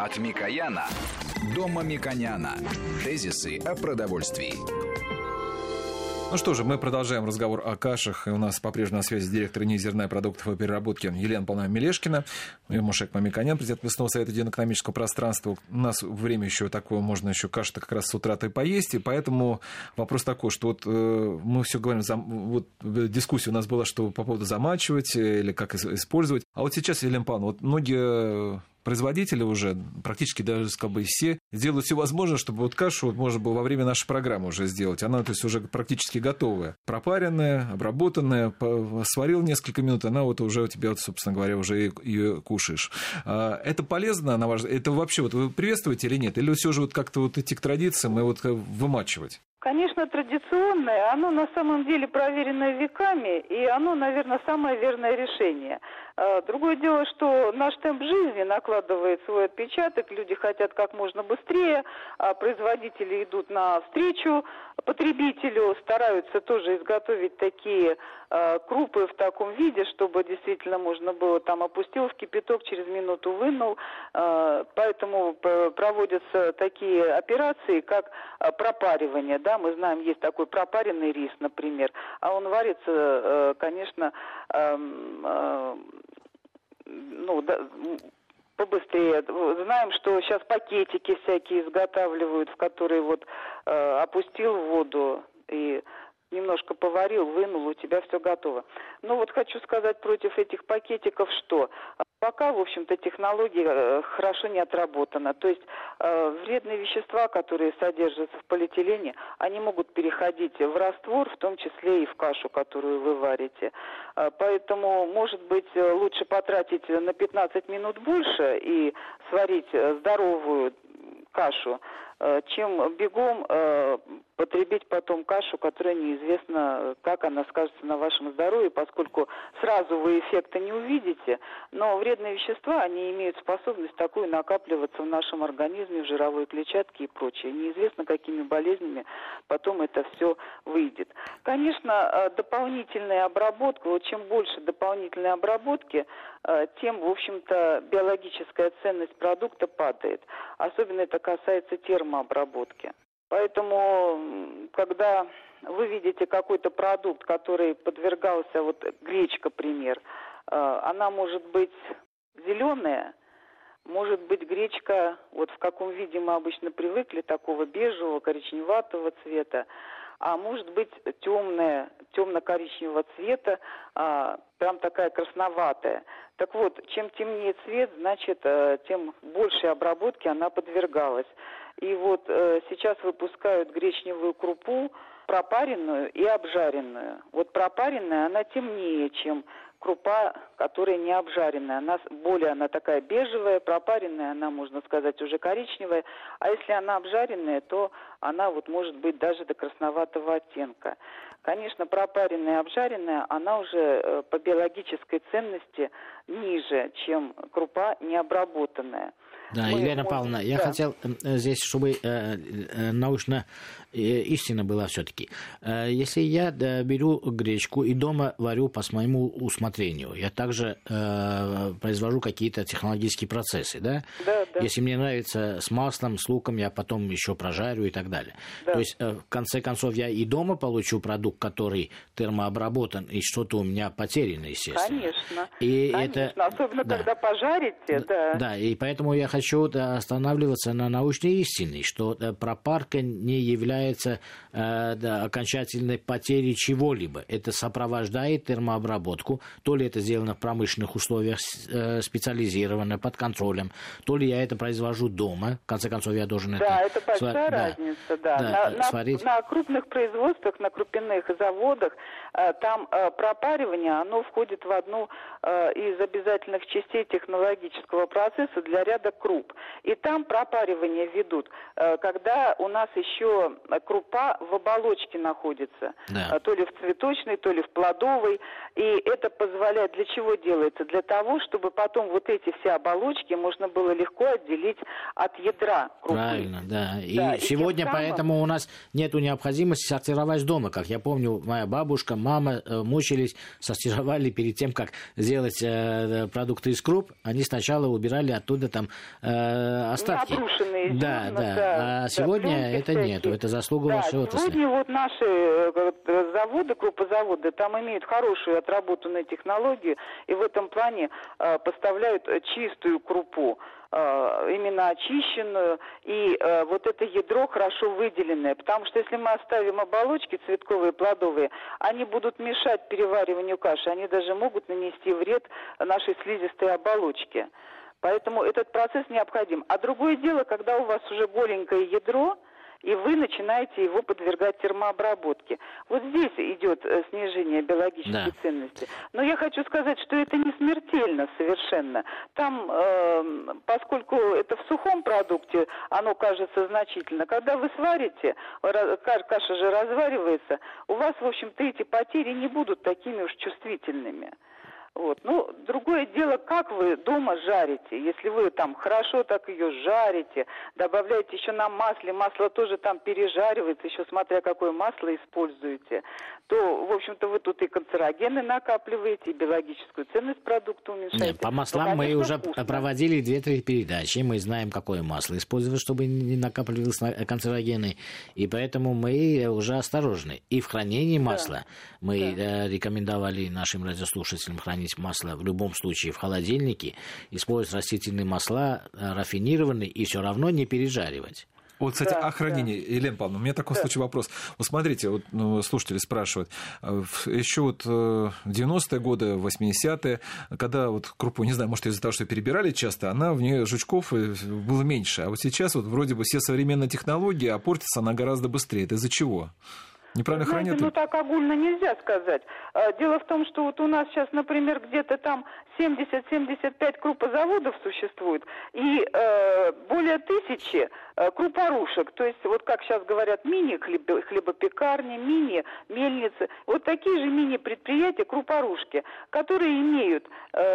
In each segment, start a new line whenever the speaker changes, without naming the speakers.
От Микояна до Мамиконяна. Тезисы о продовольствии.
Ну что же, мы продолжаем разговор о кашах. И у нас по-прежнему на связи директор НИИ зерна и продуктов и переработки Елена Павловна Мелешкина и Мушек Мамиконян, президент Местного совета экономического пространства. У нас время еще такое, можно еще кашу-то как раз с утра-то и поесть. И поэтому вопрос такой, что вот мы все говорим, вот дискуссия у нас была, что по поводу замачивать или как использовать. А вот сейчас, Елена Павловна, вот многие производители уже, практически даже как бы все, делают все возможное, чтобы вот кашу вот можно было во время нашей программы уже сделать. Она, то есть, уже практически готовая. Пропаренная, обработанная, сварил несколько минут, она вот уже у тебя, вот, собственно говоря, уже ее кушаешь. Это полезно, на ваш взгляд? Это вообще вот вы приветствуете или нет? Или все же вот как-то вот идти к традициям и вот вымачивать?
Конечно, традиционное, оно на самом деле проверено веками, и оно, наверное, самое верное решение. Другое дело, что наш темп жизни накладывает свой отпечаток, люди хотят как можно быстрее, а производители идут навстречу потребителю, стараются тоже изготовить такие крупы в таком виде, чтобы действительно можно было, там опустил в кипяток, через минуту вынул, поэтому проводятся такие операции, как пропаривание, да, мы знаем, есть такой пропаренный рис, например, а он варится, конечно, побыстрее. Знаем, что сейчас пакетики всякие изготавливают, в которые вот опустил в воду и немножко поварил, вынул, у тебя все готово. Но вот хочу сказать против этих пакетиков, что пока, в общем-то, технология хорошо не отработана. То есть вредные вещества, которые содержатся в полиэтилене, они могут переходить в раствор, в том числе и в кашу, которую вы варите. Поэтому, может быть, лучше потратить на 15 минут больше и сварить здоровую кашу, чем бегом потребить потом кашу, которая неизвестно, как она скажется на вашем здоровье, поскольку сразу вы эффекта не увидите, но вредные вещества, они имеют способность такую накапливаться в нашем организме, в жировой клетчатке и прочее. Неизвестно, какими болезнями потом это все выйдет. Конечно, дополнительная обработка, вот чем больше дополнительной обработки, тем, в общем-то, биологическая ценность продукта падает. Особенно это касается термообработки. Поэтому, когда вы видите какой-то продукт, который подвергался, вот гречка, пример, она может быть зеленая, может быть гречка, вот в каком виде мы обычно привыкли, такого бежевого, коричневатого цвета, а может быть темная, темно-коричневого цвета, прям такая красноватая. Так вот, чем темнее цвет, значит, тем большей обработке она подвергалась. И вот сейчас выпускают гречневую крупу, пропаренную и обжаренную. Вот пропаренная, она темнее, чем крупа, которая не обжаренная. Она такая бежевая, пропаренная, она, можно сказать, уже коричневая. А если она обжаренная, то она вот может быть даже до красноватого оттенка. Конечно, пропаренная и обжаренная, она уже по биологической ценности ниже, чем крупа необработанная.
Да, Елена Павловна, я хотел здесь, чтобы научно истина была все-таки. Если я беру гречку и дома варю по своему усмотрению, я также произвожу какие-то технологические процессы, да?
Да.
Если мне нравится с маслом, с луком, я потом еще прожарю и так далее. Да. То есть, в конце концов, я и дома получу продукт, который термообработан, и что-то у меня потеряно, естественно.
Конечно.
Это,
особенно когда пожарите, да.
Да, и поэтому я хочу останавливаться на научной истине, что пропарка не является окончательной потерей чего-либо. Это сопровождает термообработку. То ли это сделано в промышленных условиях, специализированно, под контролем, то ли я это произвожу дома. В конце концов, я должен это...
Да, это большая разница, да. На крупных производствах, на крупных заводах, там пропаривание, оно входит в одну из обязательных частей технологического процесса для ряда круп. И там пропаривание ведут, когда у нас еще крупа в оболочке находится. Да. То ли в цветочной, то ли в плодовой. И это позволяет, для чего делается? Для того, чтобы потом вот эти все оболочки можно было легко отделить от ядра крупы.
Правильно, да. И сегодня поэтому у нас нет необходимости сортировать дома. Как я помню, моя бабушка, мама мучились, сортировали перед тем, как сделать продукты из круп. Они сначала убирали оттуда там остатки.
Обрушенные
Да,
зерна,
да. А сегодня это нету, это заслуга вашей отрасли.
Сегодня вот наши заводы, крупозаводы, там имеют хорошую отработанную технологию, и в этом плане поставляют чистую крупу, именно очищенную, и вот это ядро хорошо выделенное, потому что если мы оставим оболочки цветковые, плодовые, они будут мешать перевариванию каши, они даже могут нанести вред нашей слизистой оболочке. Поэтому этот процесс необходим. А другое дело, когда у вас уже голенькое ядро, и вы начинаете его подвергать термообработке. Вот здесь идет снижение биологической ценности. Но я хочу сказать, что это не смертельно совершенно. Там, поскольку это в сухом продукте, оно кажется значительно. Когда вы сварите, каша же разваривается, у вас, в общем-то, эти потери не будут такими уж чувствительными. Вот. Ну, другое дело, как вы дома жарите. Если вы там хорошо так ее жарите, добавляете еще на масле, масло тоже там пережаривается, еще смотря какое масло используете, то, в общем-то, вы тут и канцерогены накапливаете, и биологическую ценность продукта уменьшаете.
Нет, по маслам мы уже проводили 2-3 передачи, мы знаем, какое масло использовать, чтобы не накапливалось канцерогены, и поэтому мы уже осторожны. И в хранении масла мы рекомендовали нашим радиослушателям хранить масло в любом случае в холодильнике, использовать растительные масла рафинированные и все равно не пережаривать.
Вот, кстати, о хранении, Елена Павловна, у меня такой случай вопрос. Вот смотрите, вот, слушатели спрашивают, еще вот 90-е годы, 80-е, когда вот крупу, не знаю, может, из-за того, что перебирали часто, в ней жучков было меньше. А вот сейчас вот вроде бы все современные технологии, а портится она гораздо быстрее. Это из-за чего? Неправильно хранят?
Ну, так огульно нельзя сказать. Дело в том, что вот у нас сейчас, например, где-то там 70-75 крупозаводов существует, и более 1000 крупорушек, то есть, вот как сейчас говорят, мини-хлебопекарни, мини-мельницы, вот такие же мини-предприятия, крупорушки, которые имеют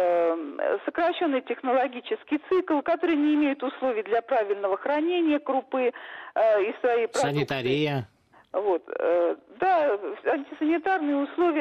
сокращенный технологический цикл, которые не имеют условий для правильного хранения крупы и своей продукции.
Санитария.
Вот, да, антисанитарные условия,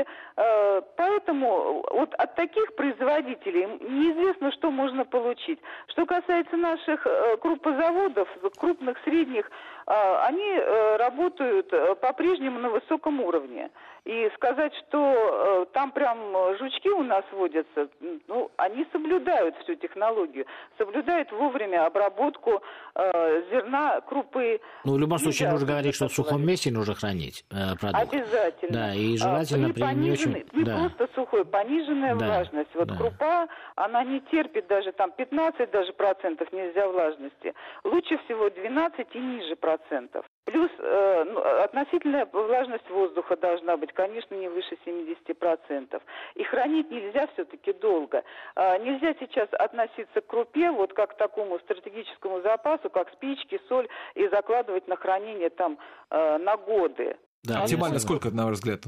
поэтому вот от таких производителей неизвестно, что можно получить. Что касается наших крупозаводов, крупных, средних, они работают по-прежнему на высоком уровне. И сказать, что там прям жучки у нас водятся, ну, они соблюдают всю технологию, соблюдают вовремя обработку зерна, крупы.
Ну, в любом случае, нужно говорить, что в сухом месте нужно хранить продукт.
Обязательно.
Да, и желательно при не очень...
просто сухой, пониженная влажность. Вот крупа, она не терпит даже там 15 даже процентов нельзя влажности. Лучше всего 12 и ниже процентов. Плюс относительная влажность воздуха должна быть, конечно, не выше 70%. И хранить нельзя все-таки долго. Нельзя сейчас относиться к крупе вот как к такому стратегическому запасу, как спички, соль, и закладывать на хранение там на годы.
Да, оптимально сколько, на ваш взгляд?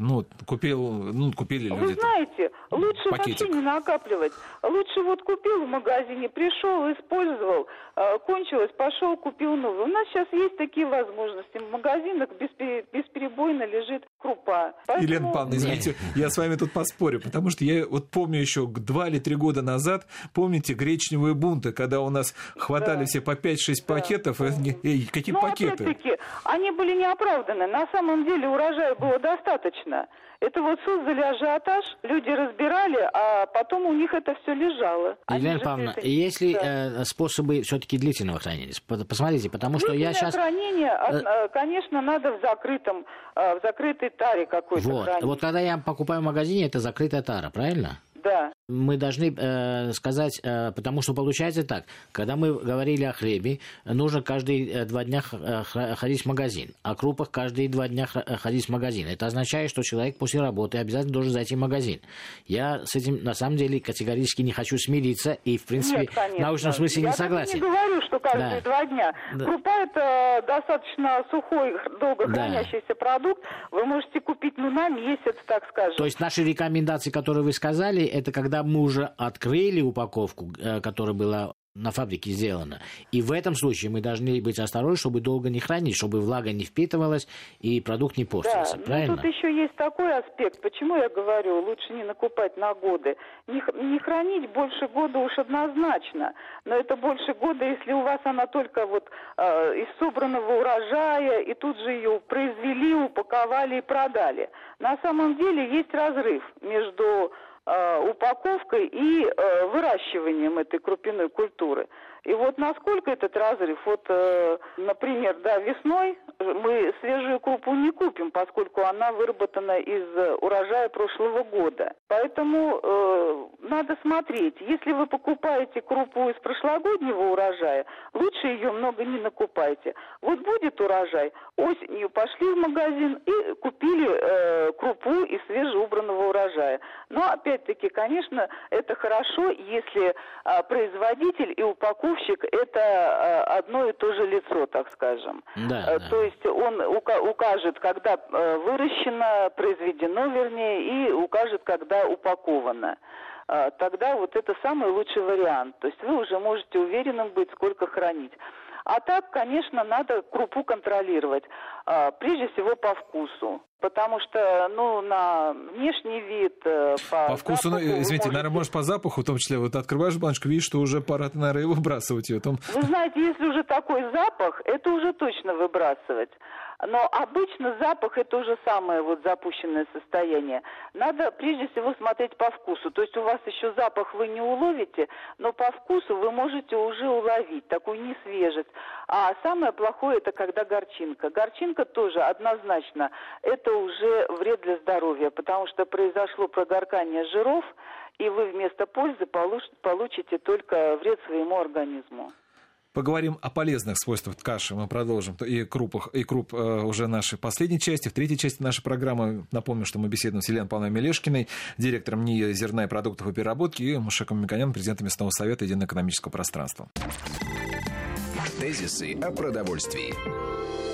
Купили люди.
Вы знаете, лучше
пакетик.
Вообще не накапливать. Лучше вот купил в магазине, пришел, использовал, кончилось, пошел, купил новый. У нас сейчас есть такие возможности. В магазинах бесперебойно лежит крупа. Поэтому...
Елена Павловна, извините, я с вами тут поспорю, потому что я вот помню еще 2 или 3 года назад, помните гречневые бунты, когда у нас хватали все по 5-6 пакетов, какие пакеты?
Опять-таки, они были неоправданы. На самом деле урожая было достаточно. Это вот создали ажиотаж, люди разбирали, а потом у них это все лежало.
Елена Павловна, есть ли способы все-таки длительного хранения? Посмотрите, потому что я сейчас...
хранение, конечно, надо в закрытой таре какой-то хранить.
Вот когда я покупаю в магазине, это закрытая тара, правильно?
Да.
Мы должны сказать, потому что получается так, когда мы говорили о хлебе, нужно каждые 2 дня ходить в магазин, о крупах каждые 2 дня ходить в магазин. Это означает, что человек после работы обязательно должен зайти в магазин. Я с этим на самом деле категорически не хочу смириться и, в принципе, в научном смысле не согласен.
Я не говорю, что каждые 2 дня. Да. Крупа – это достаточно сухой, долго хранящийся продукт. Вы можете купить на месяц, так скажем.
То есть наши рекомендации, которые вы сказали, это когда мы уже открыли упаковку, которая была на фабрике сделано. И в этом случае мы должны быть осторожны, чтобы долго не хранить, чтобы влага не впитывалась и продукт не портился.
Да,
правильно?
Тут еще есть такой аспект. Почему я говорю, лучше не накупать на годы. Не хранить больше года уж однозначно. Но это больше года, если у вас она только из собранного урожая, и тут же ее произвели, упаковали и продали. На самом деле есть разрыв между упаковкой и выращиванием этой крупяной культуры. И насколько этот разрыв? Например, весной мы свежую крупу не купим, поскольку она выработана из урожая прошлого года. Поэтому надо смотреть. Если вы покупаете крупу из прошлогоднего урожая, лучше ее много не накупайте. Будет урожай, осенью пошли в магазин и купили крупу из свежеубранного урожая. Но опять-таки, конечно, это хорошо, если производитель и упаковщик это одно и то же лицо, так скажем.
Да.
То есть он укажет, когда выращено, произведено, вернее, и укажет, когда упаковано. Тогда это самый лучший вариант. То есть вы уже можете уверенным быть, сколько хранить. А так, конечно, надо крупу контролировать, прежде всего по вкусу. Потому что, на внешний вид,
по вкусу, извините, наверное, может, по запаху, в том числе, открываешь баночку, видишь, что уже пора, наверное, и выбрасывать ее.
Вы знаете, если уже такой запах, это уже точно выбрасывать. Но обычно запах – это уже самое запущенное состояние. Надо прежде всего смотреть по вкусу. То есть у вас еще запах вы не уловите, но по вкусу вы можете уже уловить такую несвежесть. А самое плохое – это когда горчинка. Горчинка тоже однозначно – это уже вред для здоровья, потому что произошло прогоркание жиров, и вы вместо пользы получите только вред своему организму.
Поговорим о полезных свойствах каши. Мы продолжим и круп уже нашей последней части. В третьей части нашей программы напомню, что мы беседуем с Еленой Павловной Мелешкиной, директором НИИ «Зерна и продуктов и переработки», и Мушеком Мамиканяном, президентом Местного совета Единого экономического пространства.
Тезисы о продовольствии.